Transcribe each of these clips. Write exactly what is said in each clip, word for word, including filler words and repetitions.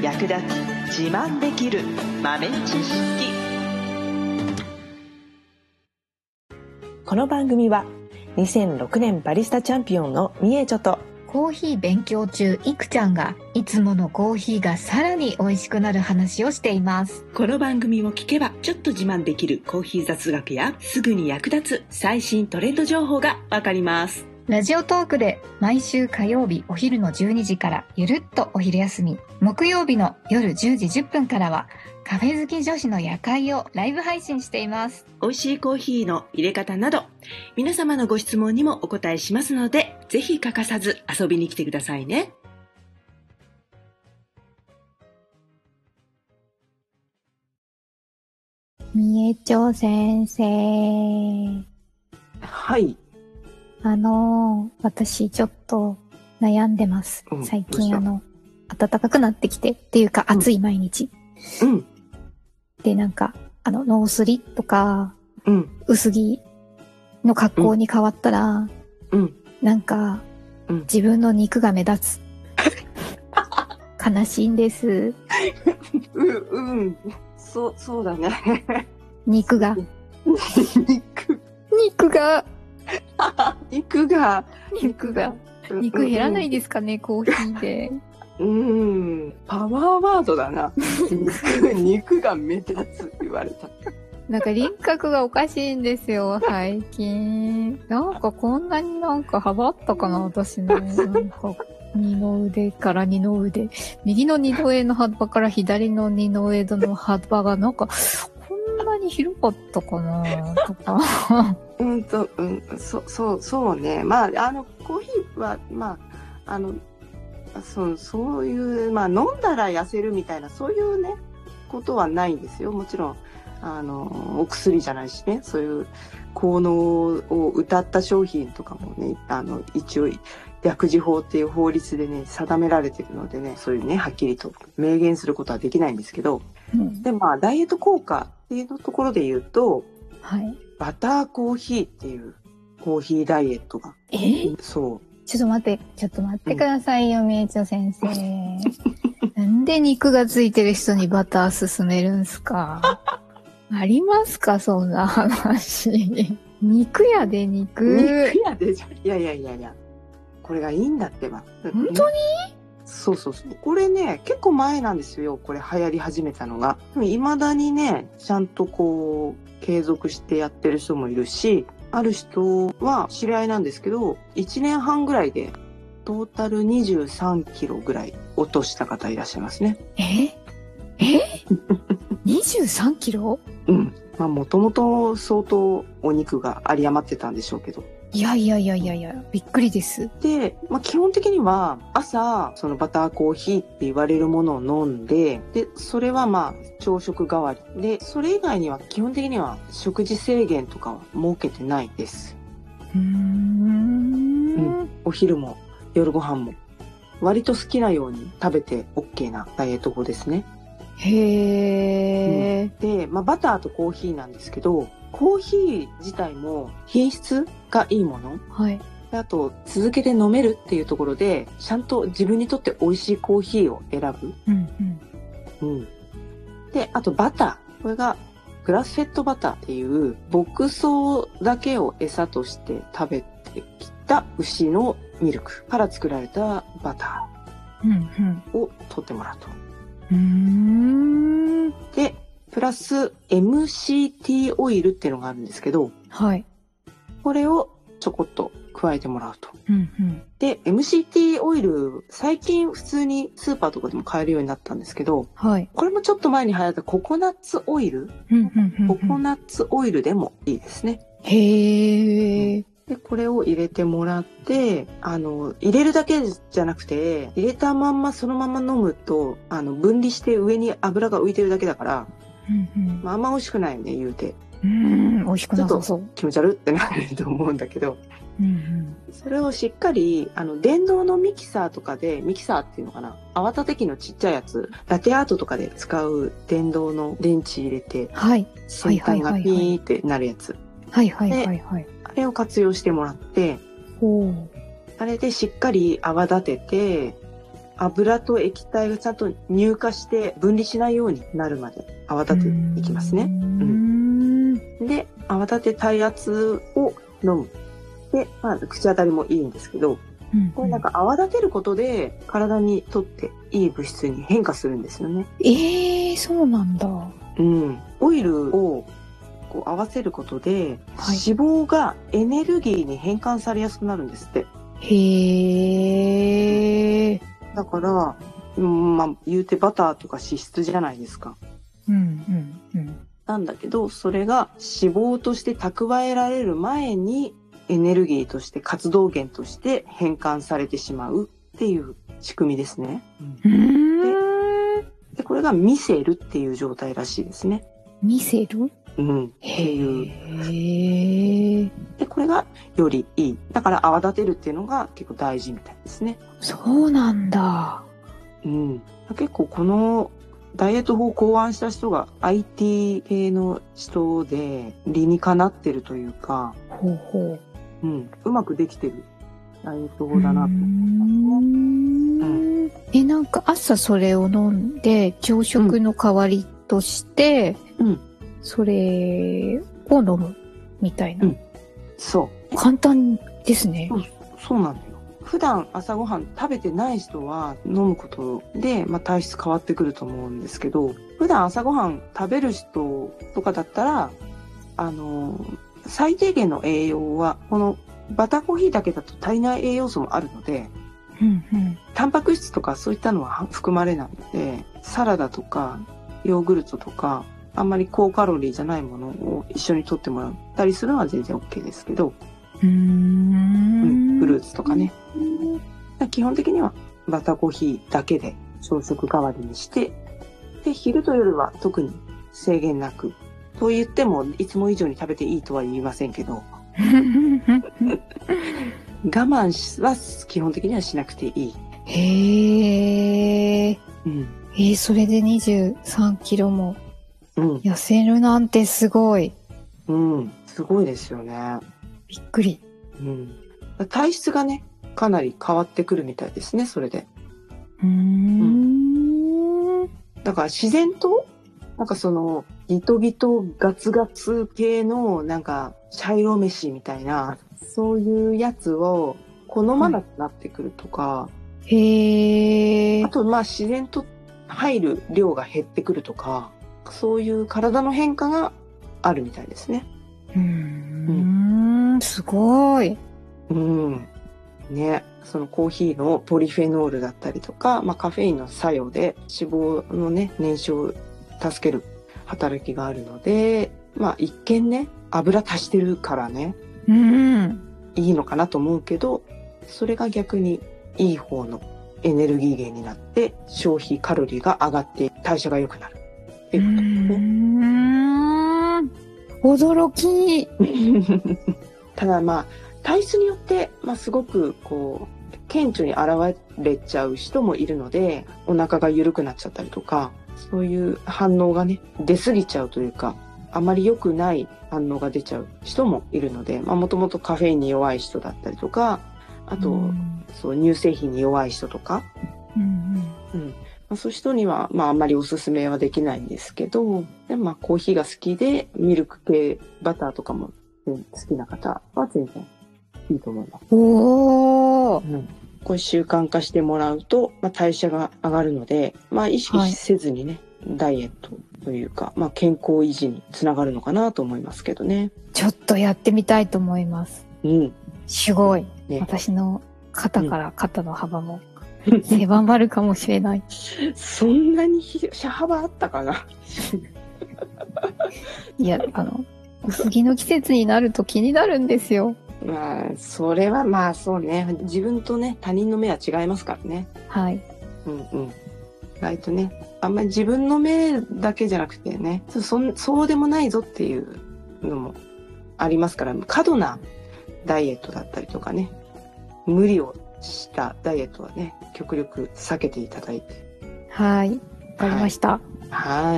役立つ自慢できる豆知識。この番組はにせんろくねんバリスタチャンピオンのみえちょとコーヒー勉強中いくちゃんがいつものコーヒーがさらに美味しくなる話をしています。 この番組を聞けばちょっと自慢できるコーヒー雑学やすぐに役立つ最新トレンド情報がわかります。 ラジオトークで毎週火曜日お昼のじゅうにじからゆるっとお昼休み、木曜日の夜じゅうじじゅっぷんからはカフェ好き女子の夜会をライブ配信しています。 美味しいコーヒーの入れ方など皆様のご質問にもお答えしますので、ぜひ欠かさず遊びに来てくださいね。 みえちょ先生。 はい。 あのー、私ちょっと悩んでます。 うん、 最近あの、暖かくなってきてっていうか暑い毎日。 うん。 で、なんか、あの、ノースリとか、 うん。 薄着の格好に変わったら、 うん。 なんか、 うん、 自分の肉が目立つ。悲しいんです。 う、うん。そう、そうだね。 肉が。 肉。 肉が。 肉が。 肉が。肉減らないですかね、うん、コーヒーで。 うーん。パワーワードだな。肉、肉が目立つ言われた。 なんか輪郭がおかしいんですよ、最近。なんかこんなになんか幅あったかな、私の。なんか二の腕から二の腕。右の二の腕の幅から左の二の腕の幅がなんか、こんなに広かったかな、とか。 うんと、うん、そ、そう、そうね。まあ、あの、コーヒーは、まあ、あの、そう、そういう、まあ、飲んだら痩せるみたいな、そういうね、ことはないんですよ。もちろん、あの、お薬じゃないしね、そういう効能を謳った商品とかもね、あの、一応、薬事法っていう法律でね、定められてるのでね、そういうね、はっきりと明言することはできないんですけど、うん、で、まあ、ダイエット効果っていうところで言うと、 はい。 バターコーヒーっていうコーヒーダイエットが。 えー、 そう。 ちょっと待って、ちょっと待ってくださいよ、みえちょ先生。なんで肉がついてる人にバター勧めるんすか？ありますか、そんな話。肉やで、肉。 肉やで、いやいやいやいや。これがいいんだってば。 本当に？ そうそうそう。これね、結構前なんですよ。これ流行り始めたのが。でも未だにね、ちゃんとこう、継続してやってる人もいるし、ある人は知り合いなんですけど、いちねんはんぐらいでトータルにじゅうさんキロぐらい落とした方いらっしゃいますね。 ええにじゅうさんキロ？ うん。まあもともと相当お肉が有り余ってたんでしょうけど。 いやいやいやいやいや、びっくりです。 で、まあ、基本的には朝そのバターコーヒーって言われるものを飲んで、でそれはまあ朝食代わりで、それ以外には基本的には食事制限とかは設けてないです。 うーん、うん、 お昼も夜ご飯も割と好きなように食べて OK なダイエット法ですね。 へー、うん、 で、まあ、バターとコーヒーなんですけど、コーヒー自体も品質がいいもの、 はい、 あと続けて飲めるっていうところでちゃんと自分にとって美味しいコーヒーを選ぶ、 うんうんうん、であとバター、これがグラスフェッドバターっていう牧草だけを餌として食べてきた牛のミルクから作られたバターを取ってもらうと、 うんうん、 でプラス エムシーティー オイルっていうのがあるんですけど、 はい、 これをちょこっと加えてもらうと、 うんうん、でエムシーティー オイル最近普通にスーパーとかでも買えるようになったんですけど、 はい、 これもちょっと前に流行ったココナッツオイル、 うんうんうんうん、 ココナッツオイルでもいいですね。 へー、 うん、でこれを入れてもらって、あの入れるだけじゃなくて入れたまんまそのまま飲むとあの分離して上に油が浮いてるだけだから、うんうん、まあ、あんま美味しくないよね言うて。 うーん、美味しくなさそう。 ちょっと気持ち悪ってなると思うんだけど、 うんうん、 それをしっかりあの電動のミキサーとかで、ミキサーっていうのかな、泡立て器のちっちゃいやつ、ラテアートとかで使う電動の電池入れて、 はい、 先端がピーってなるやつ、 はいはいはいはい、 あれを活用してもらって、あれでしっかり泡立てて、 油と液体がちゃんと乳化して分離しないようになるまで泡立てていきますね。うん、で、泡立て体圧を飲む。で、まあ、口当たりもいいんですけど、うんうん、これなんか泡立てることで体にとっていい物質に変化するんですよね。 えー、そうなんだ。 うん。オイルをこう合わせることで、はい、脂肪がエネルギーに変換されやすくなるんですって。 へー。 だから、うん、まあ、言うてバターとか脂質じゃないですか。 うんうんうん。 なんだけど、それが脂肪として蓄えられる前にエネルギーとして活動源として変換されてしまうっていう仕組みですね。 うん、で, でこれがミセルっていう状態らしいですね。 ミセル？ うん。っていう。 へー。 で、これがよりいい。だから泡立てるっていうのが結構大事みたいですね。 そうなんだ。 うん。結構このダイエット法を考案した人が アイティー 系の人で理にかなってるというか、 ほうほう。 うん。うまくできてるダイエット法だなと思いますね。うん。 え、なんか朝それを飲んで朝食の代わりとして、うん。それを飲むみたいな。うん、 そう。 簡単ですね。 そう、そうなんだよ。普段朝ごはん食べてない人は飲むことで、まあ、体質変わってくると思うんですけど、普段朝ごはん食べる人とかだったら、あの、最低限の栄養は、このバターコーヒーだけだと足りない栄養素もあるので、 うんうん、 タンパク質とかそういったのは含まれないので、サラダとかヨーグルトとか、あんまり高カロリーじゃないものを一緒に取ってもらったりするのは全然 OK ですけど、 うーん、うん、フルーツとかね。基本的にはバターコーヒーだけで朝食代わりにして、で、昼と夜は特に制限なく、と言ってもいつも以上に食べていいとは言いませんけど、我慢は基本的にはしなくていい。 へー。うん、えー、それでにじゅうさんキロも痩せるなんてすごい。 うん、すごいですよね。 びっくり。 うん。体質がね、かなり変わってくるみたいですね、それで。 うーん。 うん、だから自然と、なんかその、ギトギトガツガツ系の、なんか、茶色飯みたいな、そういうやつを好まなくなってくるとか、はい、 へー。 あと、まあ自然と入る量が減ってくるとか、そういう体の変化があるみたいですね。 うーん、うん、すごい。 うん。ね。そのコーヒーのポリフェノールだったりとか、まあカフェインの作用で脂肪のね、燃焼を助ける働きがあるので、まあ一見ね、油足してるからね、 うん、 いいのかなと思うけど、それが逆にいい方のエネルギー源になって消費カロリーが上がって代謝が良くなるっていうことですね。 驚き。 ただまあ体質によって、まあ、すごくこう顕著に現れちゃう人もいるので、お腹が緩くなっちゃったりとか、そういう反応がね出過ぎちゃうというか、あまり良くない反応が出ちゃう人もいるので、まあもともとカフェインに弱い人だったりとか、あと、うん、そう乳製品に弱い人とか、うんうんうん、まあ、そういう人にはまああんまりおすすめはできないんですけど、でまあコーヒーが好きでミルク系バターとかも好きな方は全然いいと思います。 おー、 うん、これ習慣化してもらうと、まあ、代謝が上がるので、まあ、意識せずにね、はい、ダイエットというか、まあ、健康維持につながるのかなと思いますけどね。 ちょっとやってみたいと思います。 うん、 すごい、ね、私の肩から肩の幅も狭まるかもしれない。 そんなに車幅あったかな。 いや、あの薄着の季節になると気になるんですよ。 まあ、それはまあそうね。自分とね、他人の目は違いますからね。 はい。 うんうん。意外とね、あんまり自分の目だけじゃなくてね、そ、そ、そうでもないぞっていうのもありますから、過度なダイエットだったりとかね、無理をしたダイエットはね、極力避けていただいて。 はい。わかりました。 はい。はい。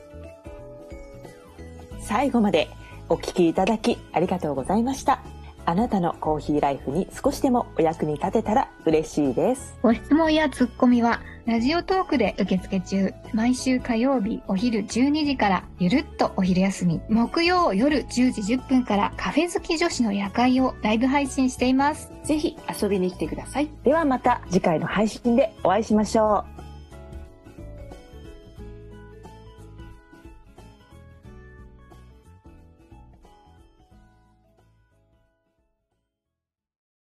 最後までお聞きいただきありがとうございました。 あなたのコーヒーライフに少しでもお役に立てたら嬉しいです。 ご質問やツッコミはラジオトークで受付中。毎週火曜日お昼じゅうにじからゆるっとお昼休み、木曜夜じゅうじじゅっぷんからカフェ好き女子の夜会をライブ配信しています。 ぜひ遊びに来てください。ではまた次回の配信でお会いしましょう。